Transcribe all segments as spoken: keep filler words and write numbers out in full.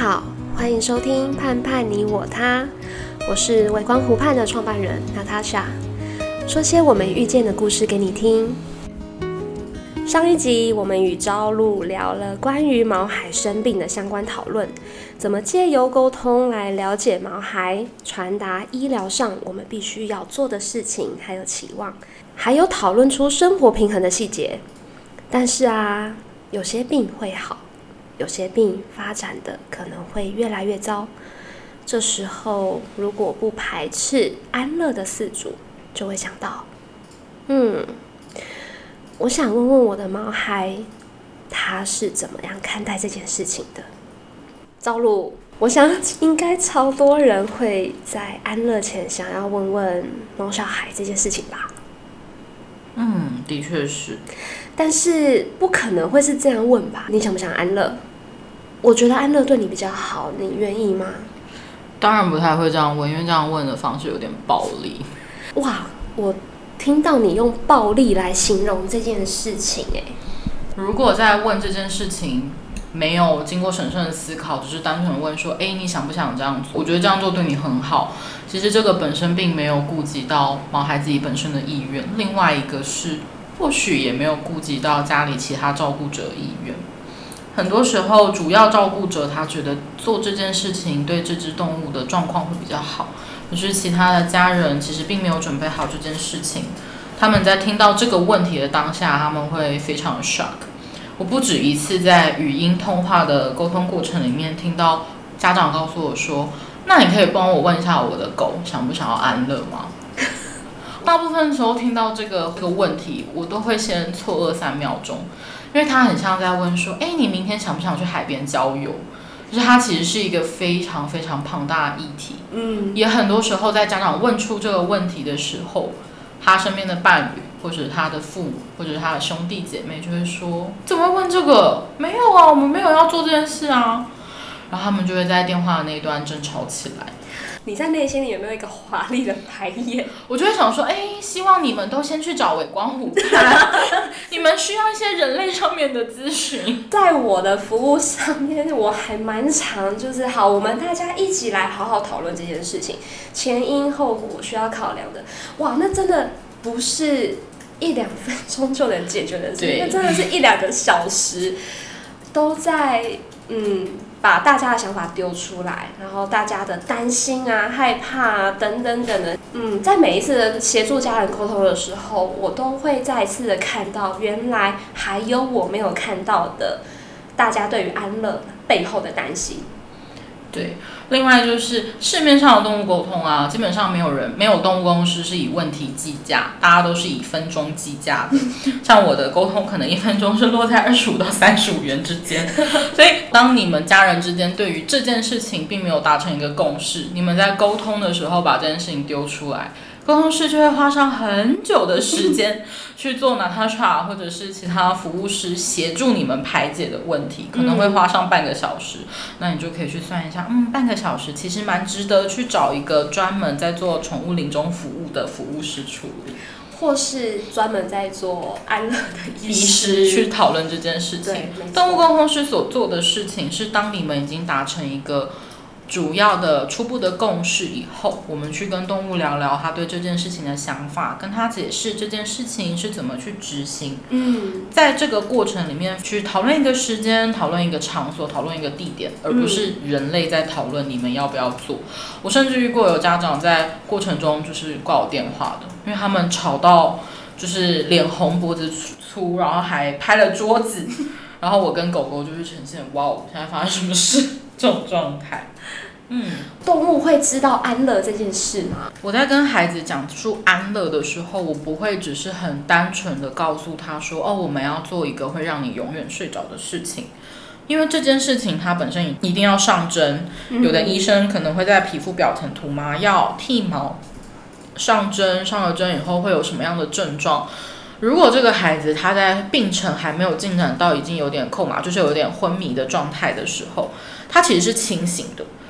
好，欢迎收听盼盼你我他，我是微光湖盼的创办人娜塔莎，说些我们遇见的故事给你听。上一集我们与朝露聊了关于毛孩生病的相关讨论，怎么借由沟通来了解毛孩，传达医疗上我们必须要做的事情还有期望，还有讨论出生活平衡的细节。但是啊，有些病会好，有些病发展的可能会越来越糟，这时候如果不排斥安乐的饲主，就会想到嗯我想问问我的毛孩，他是怎么样看待这件事情的。朝露，我想应该超多人会在安乐前想要问问毛小孩这件事情吧。 嗯，的确是， 但是不可能会是这样问吧？你想不想安乐？我觉得安乐对你比较好，你愿意吗？ 当然不太会这样问，因为这样问的方式有点暴力。 哇，我听到你用暴力来形容这件事情，欸， 如果在问这件事情没有经过审慎的思考，只是单纯的问说，哎，你想不想这样做？我觉得这样做对你很好。其实这个本身并没有顾及到毛孩自己本身的意愿，另外一个是或许也没有顾及到家里其他照顾者的意愿。很多时候，主要照顾者他觉得做这件事情对这只动物的状况会比较好，可是其他的家人其实并没有准备好这件事情。他们在听到这个问题的当下，他们会非常的 shock。我不止一次在语音通话的沟通过程里面听到家长告诉我说，那你可以帮我问一下我的狗想不想要安乐吗？大部分时候听到这个这个问题，我都会先错愕三秒钟，因为他很像在问说，哎，你明天想不想去海边郊游？就是它其实是一个非常非常庞大的议题。嗯，也很多时候在家长问出这个问题的时候，他身边的伴侣或者他的父母或者他的兄弟姐妹就会说，怎么会问这个？没有啊，我们没有要做这件事啊。然后他们就会在电话的那一端争吵起来。 你在内心里有没有一个华丽的排演？ 我就会想说，哎，希望你们都先去找微光湖盼，你们需要一些人类上面的咨询。 在我的服务上面，我还蛮常就是好，我们大家一起来好好讨论这件事情，前因后果需要考量的。哇，那真的不是一两分钟就能解决的事情，那真的是一两个小时都在嗯。把大家的想法丢出来，然后大家的担心啊、害怕啊等等等的，嗯，在每一次的协助家人沟通的时候，我都会再一次的看到，原来还有我没有看到的，大家对于安乐背后的担心。 对，另外就是市面上的动物沟通啊，基本上没有人没有动物公司是以问题计价，大家都是以分钟计价的。像我的沟通可能一分钟是落在二十五到三十五元之间。所以当你们家人之间对于这件事情并没有达成一个共识，你们在沟通的时候把这件事情丢出来，沟通师就会花上很久的时间去做 Natasha 或者是其他服务师协助你们排解的问题，可能会花上半个小时。嗯、那你就可以去算一下，嗯，半个小时其实蛮值得去找一个专门在做宠物临终服务的服务师处理， 或是专门在做安乐的医师去讨论这件事情。动物沟通师所做的事情是，当你们已经达成一个主要的初步的共识以后，我们去跟动物聊聊他对这件事情的想法，跟他解释这件事情是怎么去执行。嗯，在这个过程里面去讨论一个时间，讨论一个场所，讨论一个地点，而不是人类在讨论你们要不要做。我甚至遇过有家长在过程中就是挂我电话的，因为他们吵到就是脸红脖子粗，然后还拍了桌子，然后我跟狗狗就是呈现哇哦，现在发生什么事这种状态。嗯， 动物会知道安乐这件事吗？ 我在跟孩子讲述安乐的时候，我不会只是很单纯的告诉他说，哦，我们要做一个会让你永远睡着的事情，因为这件事情它本身一定要上针，有的医生可能会在皮肤表层涂麻药、剃毛，上针，上了针以后会有什么样的症状。如果这个孩子他在病程还没有进展到已经有点扣麻，就是有点昏迷的状态的时候，他其实是清醒的，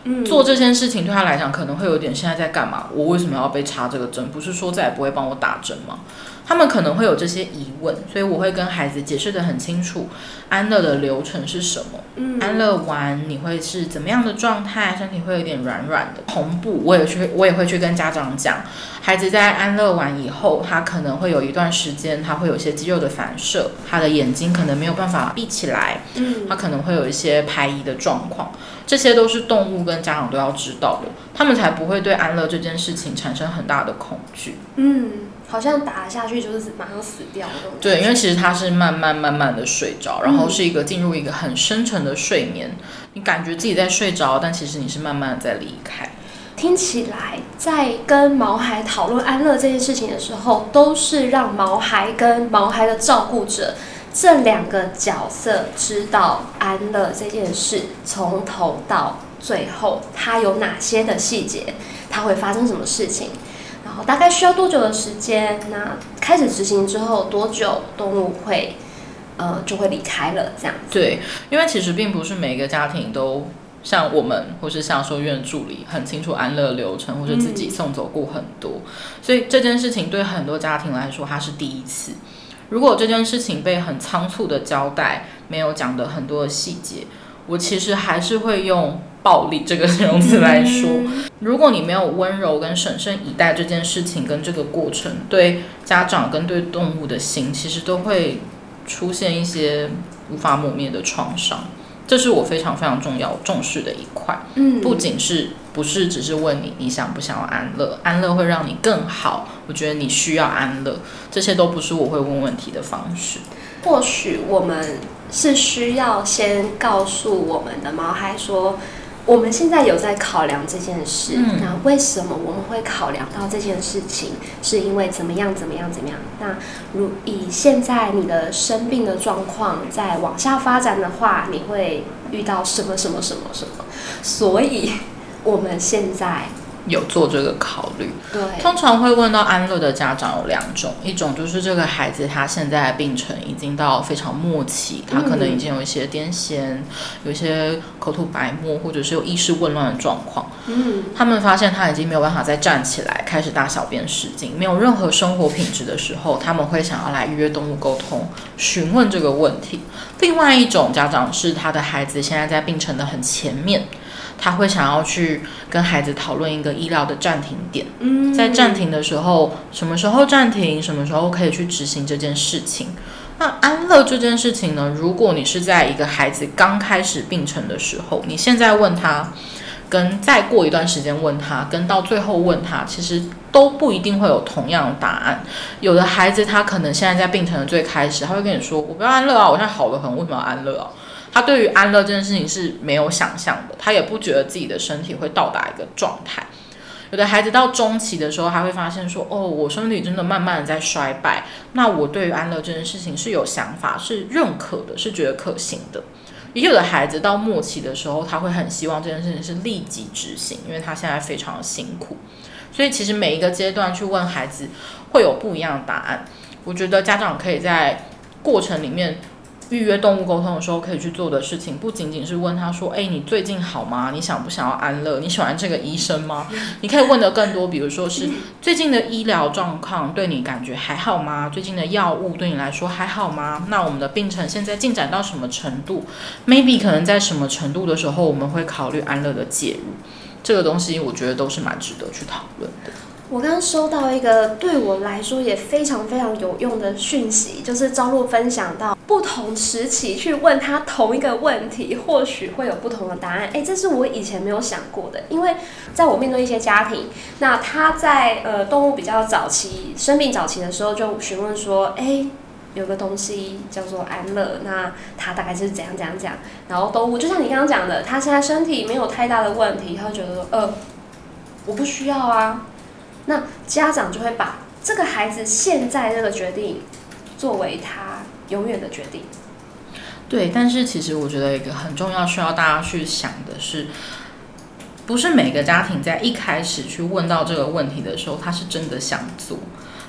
嗯、做这件事情对他来讲可能会有点现在在干嘛？我为什么要被插这个针？不是说再也不会帮我打针吗？他们可能会有这些疑问，所以我会跟孩子解释得很清楚，安乐的流程是什么。嗯、安乐完你会是怎么样的状态？身体会有点软软的。同步，我也去，我也会去跟家长讲，孩子在安乐完以后，他可能会有一段时间，他会有一些肌肉的反射，他的眼睛可能没有办法闭起来，嗯，他可能会有一些排遗的状况，这些都是动物跟家长都要知道的，他们才不会对安乐这件事情产生很大的恐惧。 嗯。好像打下去就是马上死掉那种。 对，因为其实它是慢慢慢慢的睡着，然后是一个进入一个很深沉的睡眠，嗯、你感觉自己在睡着，但其实你是慢慢的在离开。 听起来，在跟毛孩讨论安乐这件事情的时候，都是让毛孩跟毛孩的照顾者这两个角色知道安乐这件事从头到最后它有哪些的细节，它会发生什么事情。然后大概需要多久的时间？那开始执行之后多久动物会呃就会离开了这样子？ 对，因为其实并不是每一个家庭都像我们或是像收院助理很清楚安乐流程，或是自己送走过很多，嗯、所以这件事情对很多家庭来说它是第一次。如果这件事情被很仓促的交代，没有讲的很多的细节，我其实还是会用暴力这个形容词来说。如果你没有温柔跟审慎以待这件事情跟这个过程，对家长跟对动物的心其实都会出现一些无法磨灭的创伤，这是我非常非常重要重视的一块。嗯，不仅是不是只是问你你想不想要安乐，安乐会让你更好，我觉得你需要安乐，这些都不是我会问问题的方式。 或许我们是需要先告诉我们的毛孩说，我们现在有在考量这件事，嗯、那为什么我们会考量到这件事情？是因为怎么样怎么样怎么样？那如以现在你的生病的状况再往下发展的话，你会遇到什么什么什么什么？所以我们现在有做这个考虑。 对， 通常会问到安乐的家长有两种，一种就是这个孩子他现在的病程已经到非常末期，他可能已经有一些癫痫，有一些口吐白沫，或者是有意识混乱的状况。嗯，他们发现他已经没有办法再站起来，开始大小便失禁，没有任何生活品质的时候，他们会想要来预约动物沟通，询问这个问题。另外一种家长是他的孩子现在在病程的很前面，他会想要去跟孩子讨论一个医疗的暂停点，嗯、在暂停的时候，什么时候暂停，什么时候可以去执行这件事情。那安乐这件事情呢，如果你是在一个孩子刚开始病程的时候，你现在问他，跟再过一段时间问他，跟到最后问他，其实都不一定会有同样的答案。有的孩子他可能现在在病程的最开始，他会跟你说，我不要安乐啊，我现在好得很，为什么要安乐啊？他对于安乐这件事情是没有想象的，他也不觉得自己的身体会到达一个状态。有的孩子到中期的时候，他会发现说，哦，我身体真的慢慢的在衰败，那我对于安乐这件事情是有想法，是认可的，是觉得可行的。也有的孩子到末期的时候，他会很希望这件事情是立即执行，因为他现在非常的辛苦。所以其实每一个阶段去问孩子会有不一样的答案。我觉得家长可以在过程里面预约动物沟通的时候可以去做的事情，不仅仅是问他说，哎，你最近好吗？你想不想要安乐？你喜欢这个医生吗？你可以问的更多，比如说是最近的医疗状况对你感觉还好吗？最近的药物对你来说还好吗？那我们的病程现在进展到什么程度 ？maybe 可能在什么程度的时候，我们会考虑安乐的介入。这个东西我觉得都是蛮值得去讨论的。 我刚刚收到一个对我来说也非常非常有用的讯息，就是朝露分享到不同时期去问他同一个问题，或许会有不同的答案。哎，这是我以前没有想过的，因为在我面对一些家庭，那他在呃动物比较早期生病早期的时候，就询问说，哎，有个东西叫做安乐，那它大概是怎样怎样怎样。然后动物就像你刚刚讲的，他现在身体没有太大的问题，他会觉得说，呃，我不需要啊。那家长就会把这个孩子现在这个决定作为他永远的决定。 对，但是其实我觉得一个很重要需要大家去想的是，不是每个家庭在一开始去问到这个问题的时候，他是真的想做。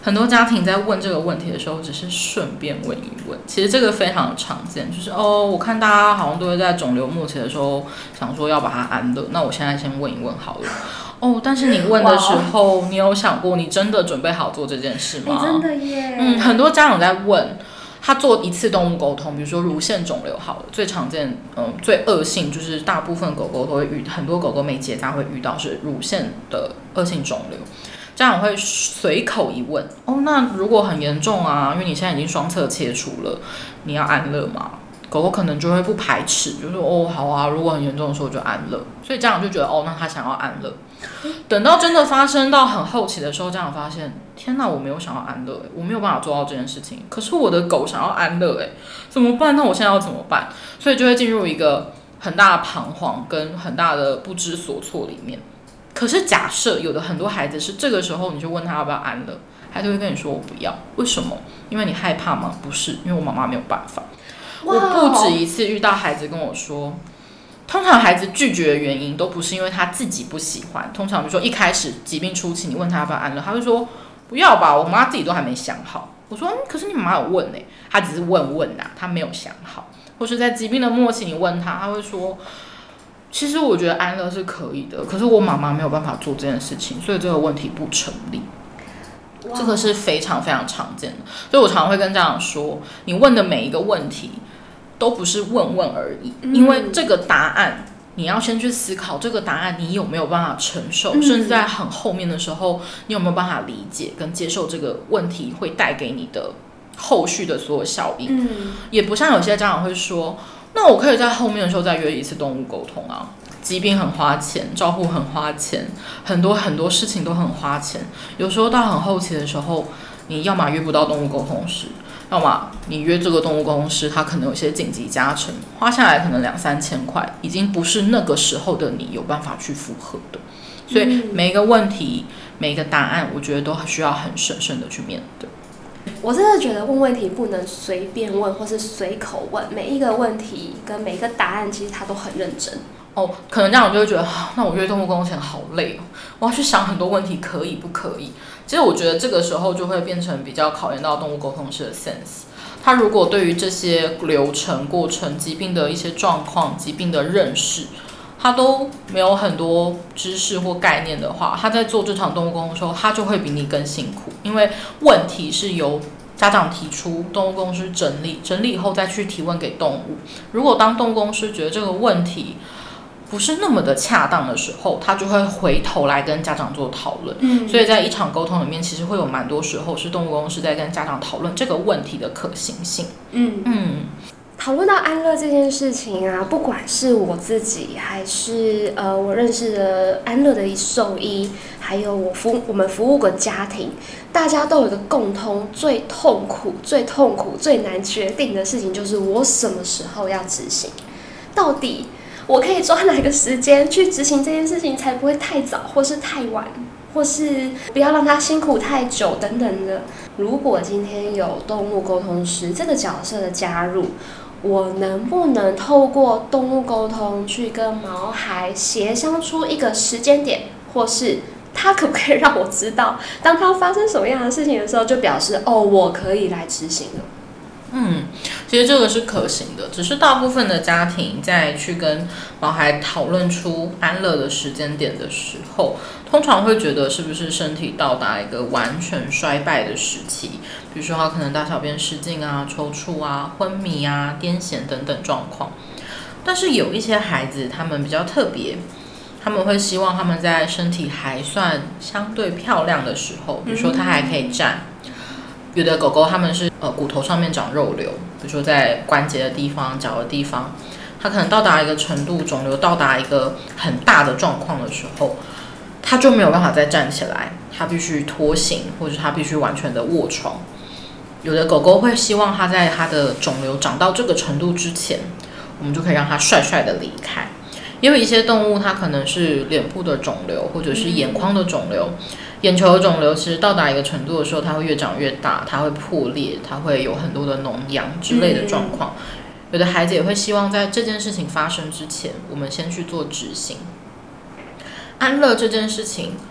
很多家庭在问这个问题的时候，只是顺便问一问。其实这个非常常见，就是哦，我看大家好像都会在肿瘤末期的时候想说要把它安乐，那我现在先问一问好了。哦，但是你问的时候，你有想过你真的准备好做这件事吗？ 欸、真的耶。 嗯，很多家长在问。他做一次动物沟通，比如说乳腺肿瘤好了，最常见，嗯，最恶性就是大部分狗狗都会遇，很多狗狗没结扎会遇到是乳腺的恶性肿瘤。家长会随口一问，哦，那如果很严重啊，因为你现在已经双侧切除了，你要安乐吗？狗狗可能就会不排斥，就说哦好啊，如果很严重的时候就安乐。所以家长就觉得哦，那他想要安乐。等到真的发生到很后期的时候，家长发现，天哪，我没有想要安乐，我没有办法做到这件事情。可是我的狗想要安乐，哎，怎么办？那我现在要怎么办？所以就会进入一个很大的彷徨跟很大的不知所措里面。可是假设有的很多孩子是这个时候，你就问他要不要安乐，孩子会跟你说我不要，为什么？因为你害怕吗？不是，因为我妈妈没有办法。我不止一次遇到孩子跟我说，通常孩子拒绝的原因都不是因为他自己不喜欢，通常比如说一开始疾病初期，你问他要不要安乐，他会说不要吧，我妈自己都还没想好。我说、嗯、可是你妈妈有问欸，他只是问问啊，他没有想好。或是在疾病的末期，你问他，他会说，其实我觉得安乐是可以的，可是我妈妈没有办法做这件事情，所以这个问题不成立。这个是非常非常常见的，所以我常常会跟家长说，你问的每一个问题都不是问问而已，因为这个答案你要先去思考，这个答案你有没有办法承受，嗯、甚至在很后面的时候，你有没有办法理解跟接受这个问题会带给你的后续的所有效应。嗯、也不像有些家长会说，那我可以在后面的时候再约一次动物沟通啊。疾病很花钱，照护很花钱，很多很多事情都很花钱。有时候到很后期的时候，你要么约不到动物沟通师，要么你约这个动物沟通师，他可能有些紧急加成，花下来可能两三千块，已经不是那个时候的你有办法去符合的。所以每一个问题、每一个答案，我觉得都需要很审慎的去面对。 我真的觉得问问题不能随便问，或是随口问，每一个问题跟每一个答案，其实他都很认真。 哦，可能这样我就会觉得，啊、那我约动物沟通前好累哦，我要去想很多问题，可以不可以？其实我觉得这个时候就会变成比较考验到动物沟通师的 sense。他如果对于这些流程、过程、疾病的一些状况、疾病的认识，他都没有很多知识或概念的话，他在做这场动物沟通的时候，他就会比你更辛苦，因为问题是由家长提出，动物沟通师整理，整理以后再去提问给动物。如果当动物沟通师觉得这个问题不是那么的恰当的时候，他就会回头来跟家长做讨论。嗯，所以在一场沟通里面，其实会有蛮多时候是动物沟通师在跟家长讨论这个问题的可行性。嗯嗯， 讨论到安乐这件事情啊，不管是我自己，还是呃我认识的安乐的兽医，还有我服我们服务过家庭，大家都有一个共通，最痛苦、最痛苦、最难决定的事情，就是我什么时候要执行，到底我可以抓哪个时间去执行这件事情，才不会太早或是太晚，或是不要让他辛苦太久等等的。如果今天有动物沟通师这个角色的加入，我能不能透过动物沟通去跟毛孩协商出一个时间点，或是他可不可以让我知道，当他发生什么样的事情的时候，就表示哦，我可以来执行了。 嗯，其实这个是可行的，只是大部分的家庭在去跟毛孩讨论出安乐的时间点的时候，通常会觉得是不是身体到达一个完全衰败的时期，比如说他可能大小便失禁啊、抽搐啊、昏迷啊、癫痫等等状况。但是有一些孩子他们比较特别，他们会希望他们在身体还算相对漂亮的时候，比如说他还可以站。有的狗狗它们是呃骨头上面长肉瘤，比如说在关节的地方、脚的地方，它可能到达一个程度，肿瘤到达一个很大的状况的时候，它就没有办法再站起来，它必须拖行，或者它必须完全的卧床。有的狗狗会希望它在它的肿瘤长到这个程度之前，我们就可以让它帅帅的离开。也有一些动物，它可能是脸部的肿瘤，或者是眼眶的肿瘤。眼球的肿瘤其实到达一个程度的时候，它会越长越大，它会破裂，它会有很多的脓疡之类的状况。有的孩子也会希望在这件事情发生之前，我们先去做执行。安乐这件事情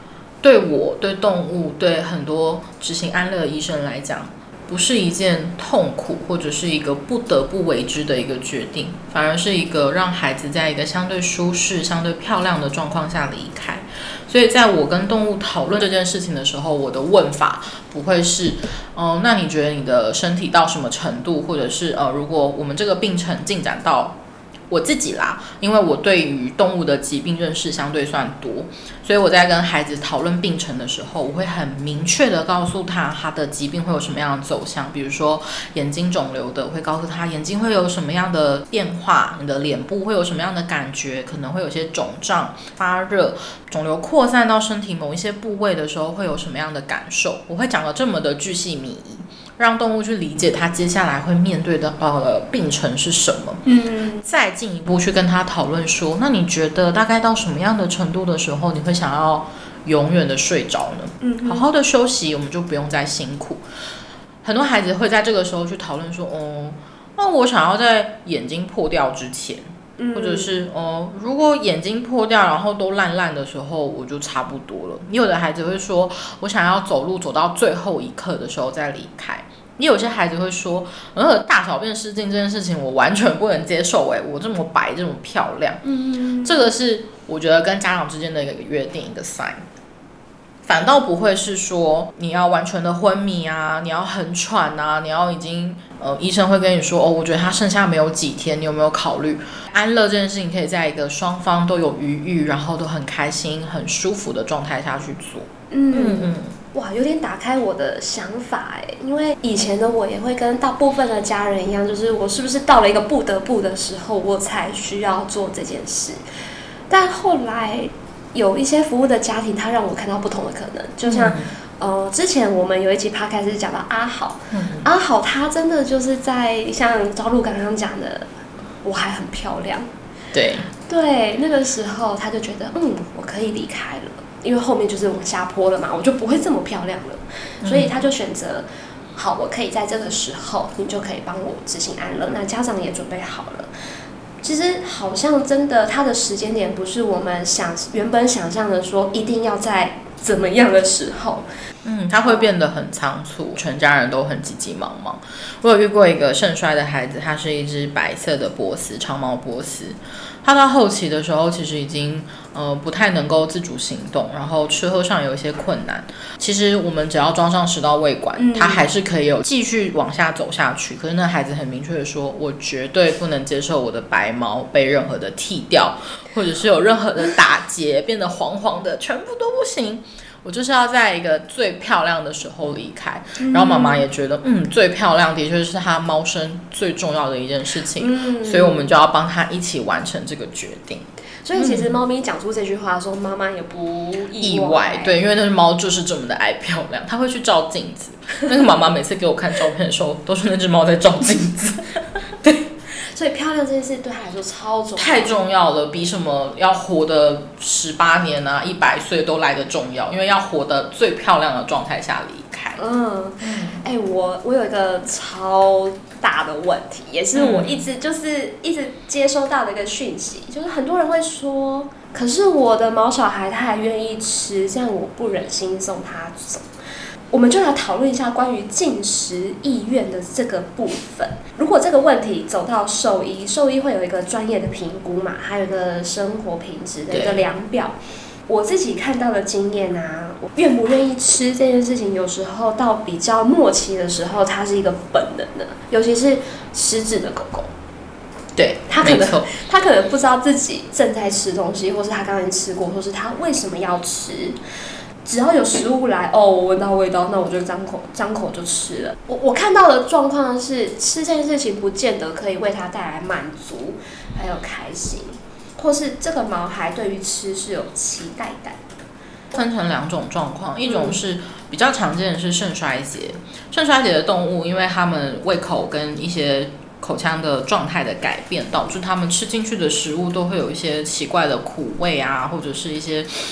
对我、对动物、对很多执行安乐的医生来讲，不是一件痛苦或者是一个不得不为之的一个决定，反而是一个让孩子在一个相对舒适、相对漂亮的状况下离开。所以在我跟动物讨论这件事情的时候，我的问法不会是，嗯、呃，那你觉得你的身体到什么程度，或者是呃，如果我们这个病程进展到。我自己啦，因为我对于动物的疾病认识相对算多，所以我在跟孩子讨论病程的时候，我会很明确的告诉他他的疾病会有什么样的走向。比如说眼睛肿瘤的，我会告诉他眼睛会有什么样的变化，你的脸部会有什么样的感觉，可能会有些肿胀、发热，肿瘤扩散到身体某一些部位的时候会有什么样的感受。我会讲得这么的巨细靡遗，让动物去理解它接下来会面对的呃病程是什么。嗯，再进一步去跟他讨论说，那你觉得大概到什么样的程度的时候，你会想要永远的睡着呢？嗯，好好的休息，我们就不用再辛苦。很多孩子会在这个时候去讨论说，哦，那我想要在眼睛破掉之前。或者是哦，如果眼睛破掉，然后都烂烂的时候，我就差不多了。你有的孩子会说，我想要走路走到最后一刻的时候再离开。也有些孩子会说，呃，大小便失禁这件事情我完全不能接受，哎，我这么白这么漂亮，嗯，这个是我觉得跟家长之间的一个约定，一个 sign。反倒不会是说你要完全的昏迷啊，你要很喘啊，你要已经呃，医生会跟你说哦，我觉得他剩下没有几天，你有没有考虑安乐这件事情可以在一个双方都有余裕，然后都很开心、很舒服的状态下去做。 嗯嗯嗯，哇，有点打开我的想法哎，因为以前的我也会跟大部分的家人一样，就是我是不是到了一个不得不的时候，我才需要做这件事，但后来。有一些服务的家庭，他让我看到不同的可能，就像、嗯、呃，之前我们有一集 podcast 是讲到阿好，嗯、阿好他真的就是在像朝露刚刚讲的，我还很漂亮， 对对，那个时候他就觉得，嗯，我可以离开了，因为后面就是往下坡了嘛，我就不会这么漂亮了，嗯、所以他就选择，好，我可以在这个时候，你就可以帮我执行安乐，那家长也准备好了。其实好像真的，它的时间点不是我们想原本想象的说一定要在怎么样的时候， 嗯，它会变得很仓促，全家人都很急急忙忙。我有遇过一个肾衰的孩子，他是一只白色的波斯长毛波斯，他到后期的时候其实已经呃不太能够自主行动，然后吃喝上有一些困难。其实我们只要装上食道胃管，嗯、他还是可以有继续往下走下去。可是那孩子很明确的说，我绝对不能接受我的白毛被任何的剃掉，或者是有任何的打结变得黄黄的，全部都不行。我就是要在一个最漂亮的时候离开，嗯、然后妈妈也觉得，嗯，最漂亮的确是她猫生最重要的一件事情，嗯、所以我们就要帮她一起完成这个决定。 所以其实猫咪讲出这句话的时候，妈妈也不意外，意外对，因为那只猫就是这么的爱漂亮，它会去照镜子。那个妈妈每次给我看照片的时候，都是那只猫在照镜子。对。 所以漂亮这件事对他来说超重要， 太重要了，比什么要活的十八年啊、一百岁都来得重要，因为要活得最漂亮的状态下离开。嗯， 哎、欸，我我有一个超大的问题，也是我一直就是一直接收到的一个讯息，就是很多人会说，可是我的毛小孩他还愿意吃，这样我不忍心送他走。我们就来讨论一下关于进食意愿的这个部分。如果这个问题走到兽医，兽医会有一个专业的评估嘛，还有一个生活品质的一个量表。我自己看到的经验啊，我愿不愿意吃这件事情，有时候到比较末期的时候，它是一个本能的，尤其是失智的狗狗。 对， 他可能他可能不知道自己正在吃东西，或是他刚才吃过，或是他为什么要吃。只要有食物来，哦，我闻到味道，那我就张口张口就吃了。我我看到的状况是，吃这件事情不见得可以为他带来满足，还有开心，或是这个毛孩对于吃是有期待感的。 分成两种状况，一种是比较常见的是肾衰竭，肾衰竭的动物，因为它们胃口跟一些口腔的状态的改变，导致它们吃进去的食物都会有一些奇怪的苦味啊，或者是一些。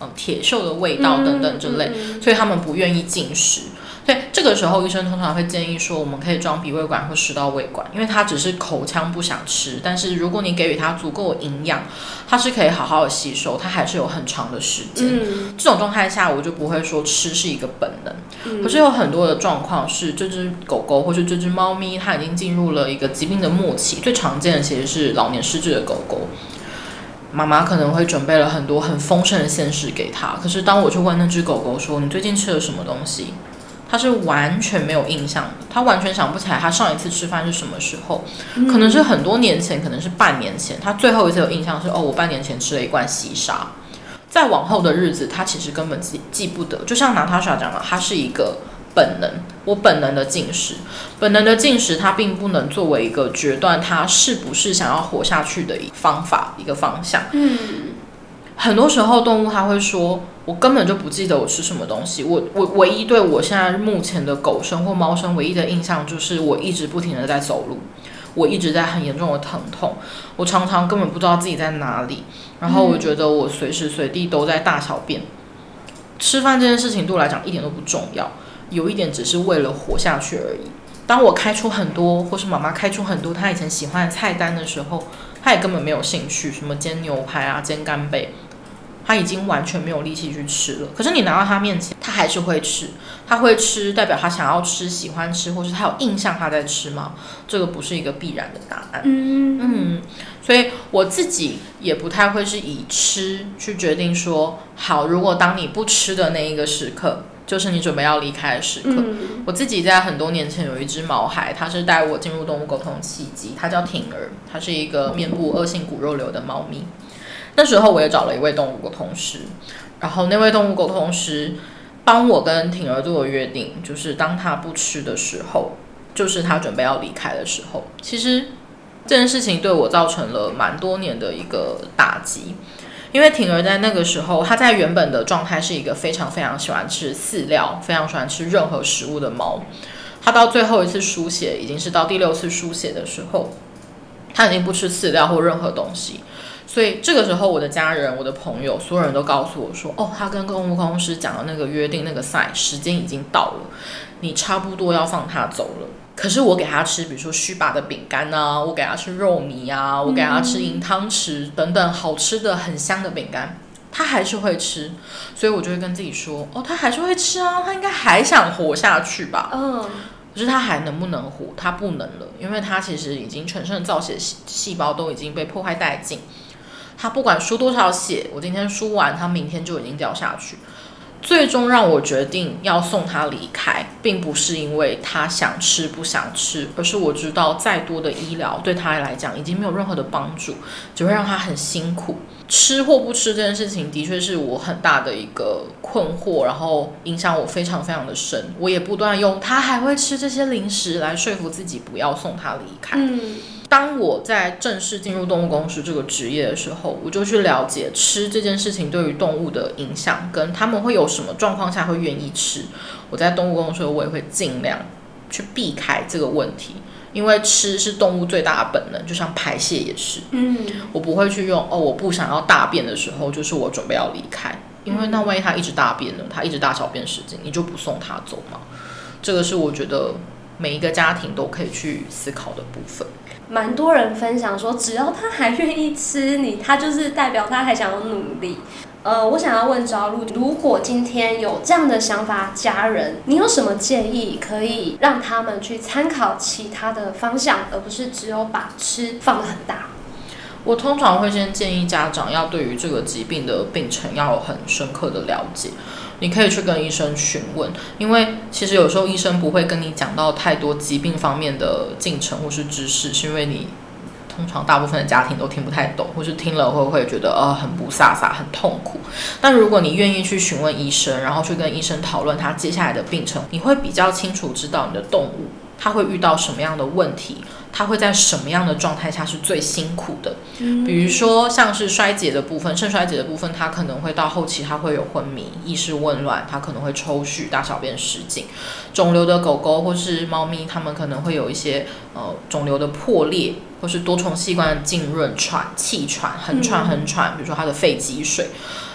嗯铁锈的味道等等之类， 嗯嗯嗯、 所以他们不愿意进食。所以这个时候医生通常会建议说，我们可以装鼻胃管或食道胃管，因为他只是口腔不想吃，但是如果你给予他足够的营养，他是可以好好的吸收，他还是有很长的时间。嗯、这种状态下，我就不会说吃是一个本能。嗯、可是有很多的状况是，这只狗狗或是这只猫咪，它已经进入了一个疾病的末期，最常见的其实是老年失智的狗狗。妈妈可能会准备了很多很丰盛的鲜食给它，可是当我去问那只狗狗说，你最近吃了什么东西？他是完全没有印象的，他完全想不起来他上一次吃饭是什么时候，嗯、可能是很多年前，可能是半年前。他最后一次有印象是，哦，我半年前吃了一罐西沙。再往后的日子，他其实根本记记不得。就像娜塔莎讲的，它是一个本能，我本能的进食，本能的进食，它并不能作为一个决断他是不是想要活下去的一个方法，一个方向。嗯。很多时候动物它会说，我根本就不记得我吃什么东西，我我唯一对我现在目前的狗生或猫生唯一的印象就是我一直不停的在走路，我一直在很严重的疼痛，我常常根本不知道自己在哪里，然后我觉得我随时随地都在大小便。吃饭这件事情对我来讲一点都不重要，有一点只是为了活下去而已。当我开出很多，或是妈妈开出很多她以前喜欢的菜单的时候，她也根本没有兴趣，什么煎牛排啊、煎干贝，他已经完全没有力气去吃了。可是你拿到他面前，他还是会吃。他会吃，代表他想要吃、喜欢吃，或是他有印象他在吃吗？这个不是一个必然的答案。嗯嗯，所以我自己也不太会是以吃去决定说，好，如果当你不吃的那一个时刻，就是你准备要离开的时刻。嗯、我自己在很多年前有一只毛孩，它是带我进入动物沟通契机，它叫挺儿，它是一个面部恶性骨肉瘤的猫咪。那时候我也找了一位动物沟通师，然后那位动物沟通师帮我跟挺儿做的约定，就是当他不吃的时候，就是他准备要离开的时候。其实这件事情对我造成了蛮多年的一个打击，因为挺儿在那个时候，他在原本的状态是一个非常非常喜欢吃饲料、非常喜欢吃任何食物的猫。他到最后一次输血，已经是到第六次输血的时候，他已经不吃饲料或任何东西。所以这个时候，我的家人、我的朋友，所有人都告诉我说：“哦，他跟动物沟通师讲的那个约定、那个赛时间已经到了，你差不多要放他走了。”可是我给他吃，比如说须拔的饼干啊，我给他吃肉糜啊，我给他吃银汤匙等等好吃的、很香的饼干，他还是会吃。所以我就会跟自己说：“哦，他还是会吃啊，他应该还想活下去吧。”嗯。可是他还能不能活？他不能了，因为他其实已经全身的造血细胞都已经被破坏殆尽。他不管输多少血，我今天输完，他明天就已经掉下去。最终让我决定要送他离开，并不是因为他想吃不想吃，而是我知道再多的医疗对他来讲已经没有任何的帮助，只会让他很辛苦。吃或不吃这件事情的确是我很大的一个困惑，然后影响我非常非常的深。我也不断用他还会吃这些零食来说服自己不要送他离开。嗯，当我在正式进入动物沟通师这个职业的时候，我就去了解吃这件事情对于动物的影响，跟他们会有什么状况下会愿意吃。我在动物沟通师我也会尽量去避开这个问题，因为吃是动物最大的本能，就像排泄也是。嗯，我不会去用哦，我不想要大便的时候，就是我准备要离开，因为那万一他一直大便呢，他一直大小便失禁，你就不送他走吗？这个是我觉得每一个家庭都可以去思考的部分。 蛮多人分享说，只要他还愿意吃你，他就是代表他还想要努力。呃，我想要问昭露，如果今天有这样的想法家人，你有什么建议可以让他们去参考其他的方向，而不是只有把吃放得很大？ 我通常会先建议家长要对于这个疾病的病程要有很深刻的了解。你可以去跟医生询问，因为其实有时候医生不会跟你讲到太多疾病方面的进程或是知识，是因为你通常大部分的家庭都听不太懂，或是听了会会觉得呃很不飒飒很痛苦。但如果你愿意去询问医生，然后去跟医生讨论他接下来的病程，你会比较清楚知道你的动物它会遇到什么样的问题，它会在什么样的状态下是最辛苦的。嗯、比如说像是衰竭的部分，肾衰竭的部分，它可能会到后期它会有昏迷、意识紊乱，它可能会抽搐、大小便失禁。肿瘤的狗狗或是猫咪，它们可能会有一些呃肿瘤的破裂，或是多重器官的浸润、喘、气喘、很喘很喘，比如说它的肺积水。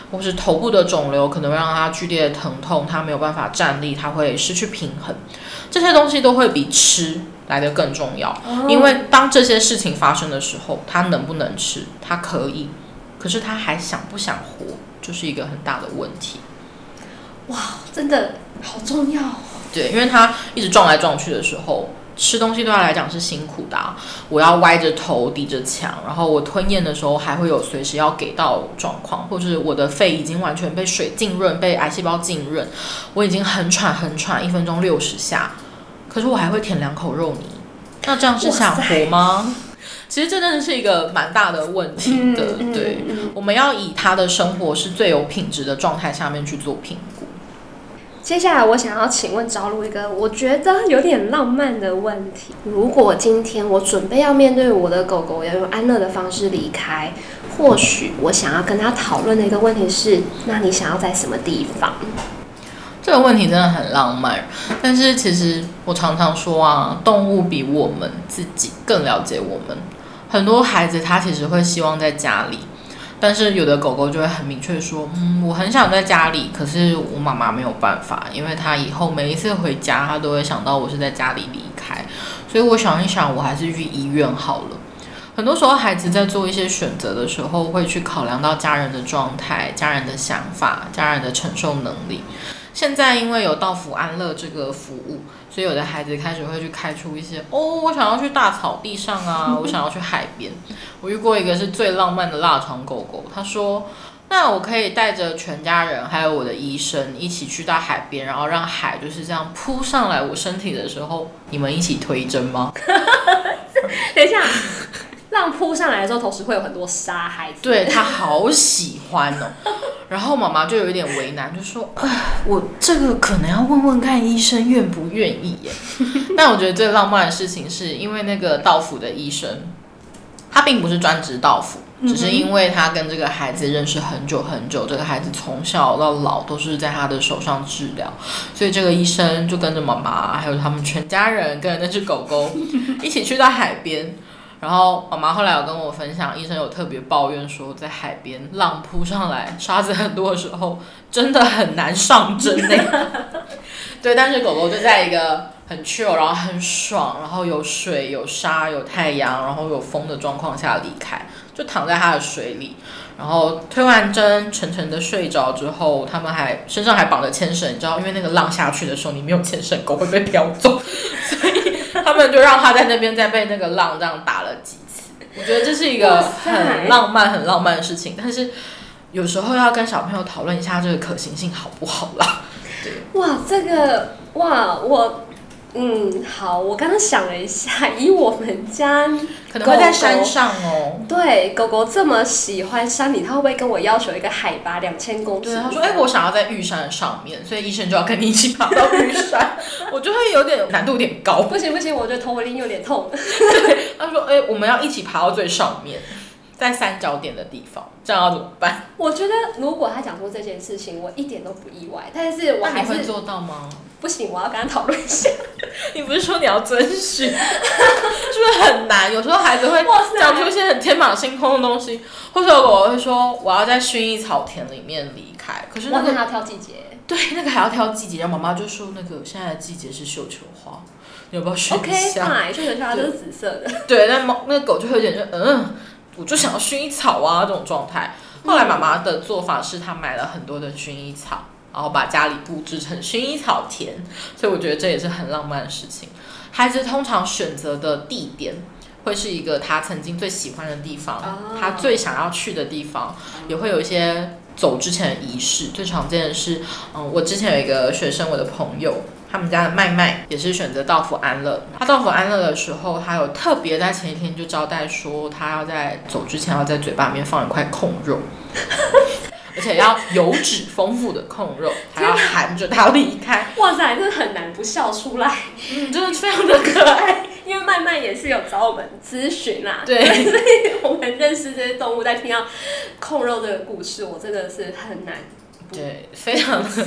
或是头部的肿瘤可能会让它剧烈的疼痛，它没有办法站立，它会失去平衡，这些东西都会比吃来得更重要。哦、因为当这些事情发生的时候，他能不能吃，他可以，可是他还想不想活，就是一个很大的问题。 哇，真的好重要。 对，因为他一直撞来撞去的时候，吃东西对他来讲是辛苦的、啊，我要歪着头抵着墙，然后我吞咽的时候还会有随时要给到状况，或者我的肺已经完全被水浸润，被癌细胞浸润，我已经很喘很喘，一分钟六十下，可是我还会舔两口肉泥，那这样是想活吗？其实这真的是一个蛮大的问题的，嗯、对、嗯，我们要以他的生活是最有品质的状态下面去做评估。 接下来我想要请问朝露一个我觉得有点浪漫的问题：如果今天我准备要面对我的狗狗，要用安乐的方式离开，或许我想要跟他讨论的一个问题是：那你想要在什么地方？ 这个问题真的很浪漫，但是其实我常常说啊，动物比我们自己更了解我们。很多孩子他其实会希望在家里。但是有的狗狗就会很明确说，嗯，我很想在家里，可是我妈妈没有办法，因为她以后每一次回家，她都会想到我是在家里离开，所以我想一想，我还是去医院好了。很多时候，孩子在做一些选择的时候，会去考量到家人的状态、家人的想法、家人的承受能力。现在因为有到府安乐这个服务，所以有的孩子开始会去开出一些哦，我想要去大草地上啊，我想要去海边。我遇过一个是最浪漫的腊肠狗狗，他说：“那我可以带着全家人还有我的医生一起去到海边，然后让海就是这样扑上来我身体的时候，你们一起推针吗？” 等一下。浪扑上来的时候，同时会有很多沙孩子。 对，他好喜欢哦。然后妈妈就有一点为难，就说：“我这个可能要问问看医生愿不愿意耶。”但我觉得最浪漫的事情是因为那个到府的医生，他并不是专职到府，只是因为他跟这个孩子认识很久很久，这个孩子从小到老都是在他的手上治疗，所以这个医生就跟着妈妈还有他们全家人跟着那只狗狗一起去到海边。然后妈妈后来有跟我分享，医生有特别抱怨说，在海边浪扑上来，沙子很多的时候，真的很难上针那个。对，但是狗狗就在一个很 chill， 然后很爽，然后有水、有沙、有太阳，然后有风的状况下离开，就躺在它的水里。然后推完针，沉沉的睡着之后，他们还身上还绑着牵绳，你知道，因为那个浪下去的时候，你没有牵绳，狗会被飘走，所以他们就让他在那边再被那个浪这样打了几次。我觉得这是一个很浪漫、很浪漫的事情，但是有时候要跟小朋友讨论一下这个可行性好不好啦。对， 哇，这个哇，我。嗯，好，我刚刚想了一下，以我们家可能会在山上哦。 对，狗狗这么喜欢山里，它会不会跟我要求一个海拔两千公尺？ 对，他说：“哎、欸，我想要在玉山上面，所以医生就要跟你一起爬到玉山。”我就会有点难度有点高。 不行不行，我觉得头围有点痛。 对，他说：“哎、欸，我们要一起爬到最上面。”在三角点的地方，这样要怎么办？ 我觉得如果他讲出这件事情，我一点都不意外。但是我还是会做到吗？ 不行，我要跟他讨论一下。 你不是说你要遵循？是不是很难？有时候孩子会讲出一些很天马行空的东西，或者我会说我要在薰衣草田里面离开，可是那个还要挑季节。 对，那个还要挑季节。然后妈妈就说那个现在的季节是绣球花，你要不要选一下 ？OK， fine，绣球花都是紫色的。 对，但猫那个狗就会有点就嗯。我就想要薰衣草啊这种状态。后来妈妈的做法是，她买了很多的薰衣草，然后把家里布置成薰衣草田，所以我觉得这也是很浪漫的事情。孩子通常选择的地点会是一个他曾经最喜欢的地方，哦、他最想要去的地方，也会有一些走之前的仪式。最常见的是，嗯，我之前有一个学生，我的朋友。他们家的麦麦也是选择到府安乐。他到府安乐的时候，他有特别在前一天就交代说，他要在走之前要在嘴巴里面放一块控肉，而且要油脂丰富的控肉，还要含着他离开。 哇塞，真的很难不笑出来。 嗯，真的非常的可爱。 因为麦麦也是有找我们咨询啦， 对， 所以我们认识这些动物，在听到控肉这个故事，我真的是很难。 对，非常的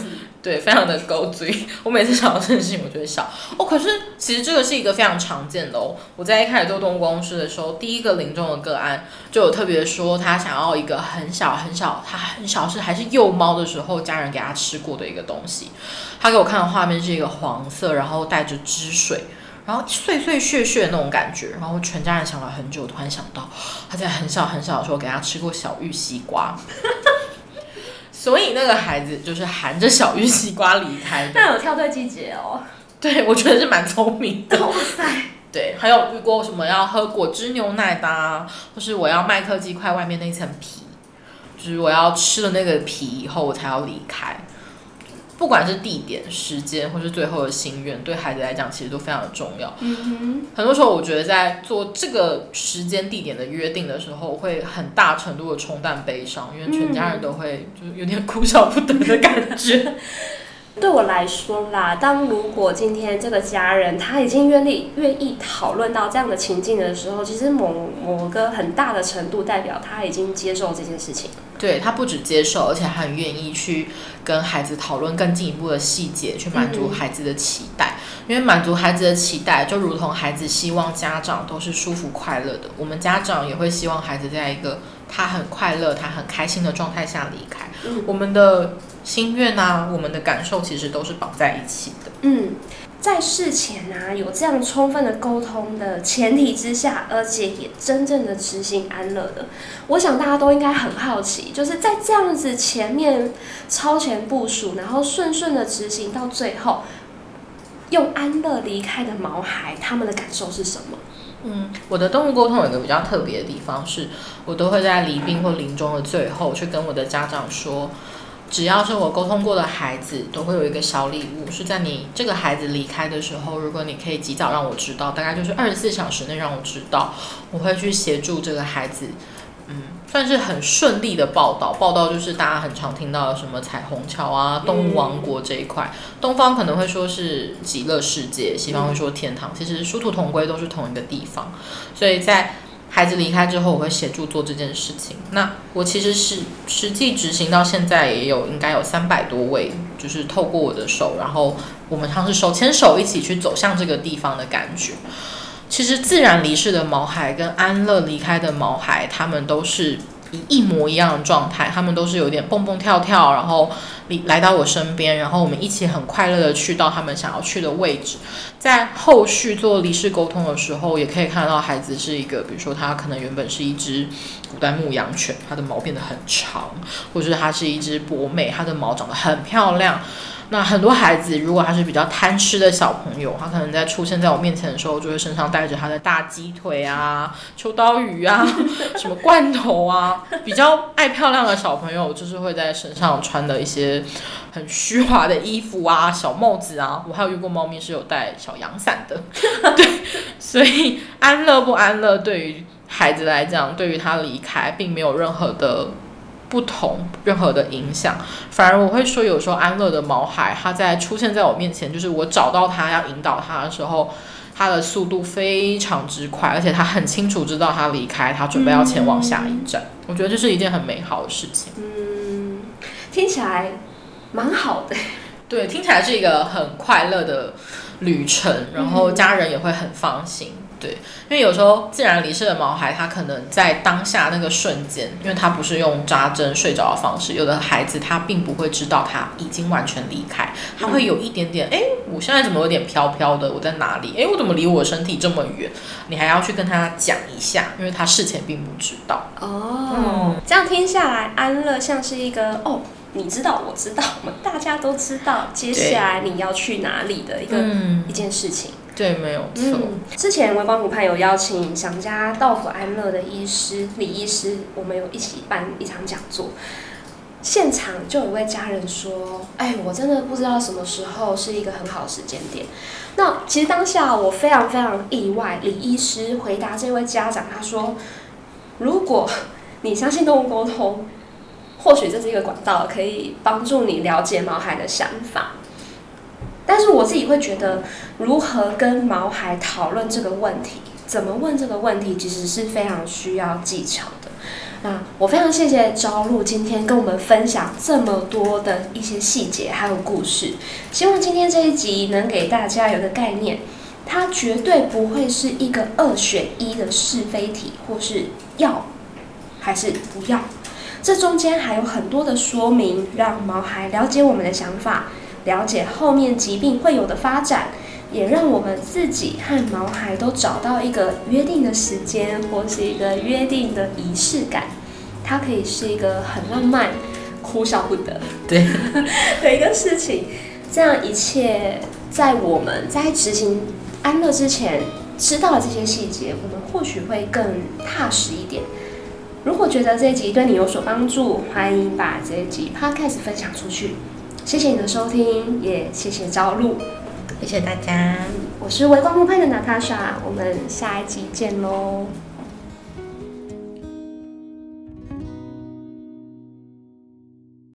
对，非常的勾嘴。我每次想到这件事情，我就会笑。哦，可是其实这个是一个非常常见的哦。我在一开始做动物公司的时候，第一个临终的个案就有特别说，他想要一个很小很小，他很小是还是幼猫的时候，家人给他吃过的一个东西。他给我看的画面是一个黄色，然后带着汁水。然后碎碎屑屑的那种感觉，然后全家人想了很久，突然想到他在很小很小的时候给他吃过小玉西瓜，所以那个孩子就是含着小玉西瓜离开的。 那有跳对季节哦。 对，我觉得是蛮聪明的。 哇塞！ 对，还有遇过什么要喝果汁牛奶的啊，或是我要麦克鸡块外面那层皮，就是我要吃了那个皮以后我才要离开。不管是地点、时间，或是最后的心愿，对孩子来讲其实都非常的重要。 嗯哼， 很多时候我觉得在做这个时间、地点的约定的时候，会很大程度的冲淡悲伤，因为全家人都会就是有点哭笑不得的感觉。 对我来说啦，当如果今天这个家人他已经愿意愿意讨论到这样的情境的时候，其实某某个很大的程度代表他已经接受这件事情。 对，他不只接受，而且很愿意去跟孩子讨论更进一步的细节，去满足孩子的期待。嗯、因为满足孩子的期待，就如同孩子希望家长都是舒服快乐的，我们家长也会希望孩子在一个他很快乐、他很开心的状态下离开。嗯、我们的心愿啊，我们的感受其实都是绑在一起的。 嗯，在事前啊有这样充分的沟通的前提之下，而且也真正的执行安乐的，我想大家都应该很好奇，就是在这样子前面超前部署，然后顺顺的执行到最后，用安乐离开的毛孩，他们的感受是什么？ 嗯，我的动物沟通有一个比较特别的地方是，我都会在离病或临终的最后去跟我的家长说，只要是我沟通过的孩子，都会有一个小礼物，是在你这个孩子离开的时候，如果你可以及早让我知道，大概就是二十四小时内让我知道，我会去协助这个孩子，嗯，算是很顺利的报道。报道就是大家很常听到的什么彩虹桥啊、动物王国这一块，东方可能会说是极乐世界，西方会说天堂，其实殊途同归，都是同一个地方。所以在孩子离开之后，我会协助做这件事情。那我其实是实际执行到现在也有应该有三百多位，就是透过我的手，然后我们像是手牵手一起去走向这个地方的感觉。其实自然离世的毛孩跟安乐离开的毛孩，他们都是一模一样的状态，他们都是有点蹦蹦跳跳，然后来到我身边，然后我们一起很快乐的去到他们想要去的位置。在后续做离世沟通的时候，也可以看到孩子是一个，比如说他可能原本是一只古代牧羊犬，它的毛变得很长，或者是它是一只博美，它的毛长得很漂亮。那很多孩子如果他是比较贪吃的小朋友，他可能在出现在我面前的时候，就会身上带着他的大鸡腿啊、秋刀鱼啊、什么罐头啊。比较爱漂亮的小朋友，就是会在身上穿的一些很虚华的衣服啊、小帽子啊。我还有遇过猫咪是有带小阳伞的，对。所以安乐不安乐，对于孩子来讲，对于他离开，并没有任何的不同，任何的影响。反而我会说，有时候安乐的毛孩，他在出现在我面前，就是我找到他要引导他的时候，他的速度非常之快，而且他很清楚知道他离开，他准备要前往下一站。嗯、我觉得这是一件很美好的事情。 嗯，听起来蛮好的。 对，听起来是一个很快乐的旅程，然后家人也会很放心。对，因为有时候自然离世的毛孩，他可能在当下那个瞬间，因为他不是用扎针睡着的方式，有的孩子他并不会知道他已经完全离开，他会有一点点，哎，我现在怎么有点飘飘的？我在哪里？哎，我怎么离我的身体这么远？你还要去跟他讲一下，因为他事前并不知道。 哦，嗯、这样听下来，安乐像是一个哦。你知道，我知道，我们大家都知道，接下来你要去哪里的一个、嗯、一件事情。 对，没有错、 嗯。之前微光湖畔有邀请想家到府安乐的医师李医师，我们有一起办一场讲座。现场就有一位家人说：“哎，我真的不知道什么时候是一个很好的时间点。”那其实当下我非常非常意外，李医师回答这位家长，他说：“如果你相信动物沟通。”或许这是一个管道，可以帮助你了解毛孩的想法。但是我自己会觉得，如何跟毛孩讨论这个问题，怎么问这个问题，其实是非常需要技巧的。 那我非常谢谢朝露今天跟我们分享这么多的一些细节还有故事，希望今天这一集能给大家有个概念，它绝对不会是一个二选一的是非题，或是要还是不要，这中间还有很多的说明，让毛孩了解我们的想法，了解后面疾病会有的发展，也让我们自己和毛孩都找到一个约定的时间，或是一个约定的仪式感。它可以是一个很浪漫、哭笑不得对的一个事情。这样一切，在我们在执行安乐之前，知道了这些细节，我们或许会更踏实一点。如果觉得这一集对你有所帮助，欢迎把这一集 podcast 分享出去。谢谢你的收听，也谢谢朝露， 谢谢大家。 我是微光湖畔的娜塔莎，我们下一集见喽。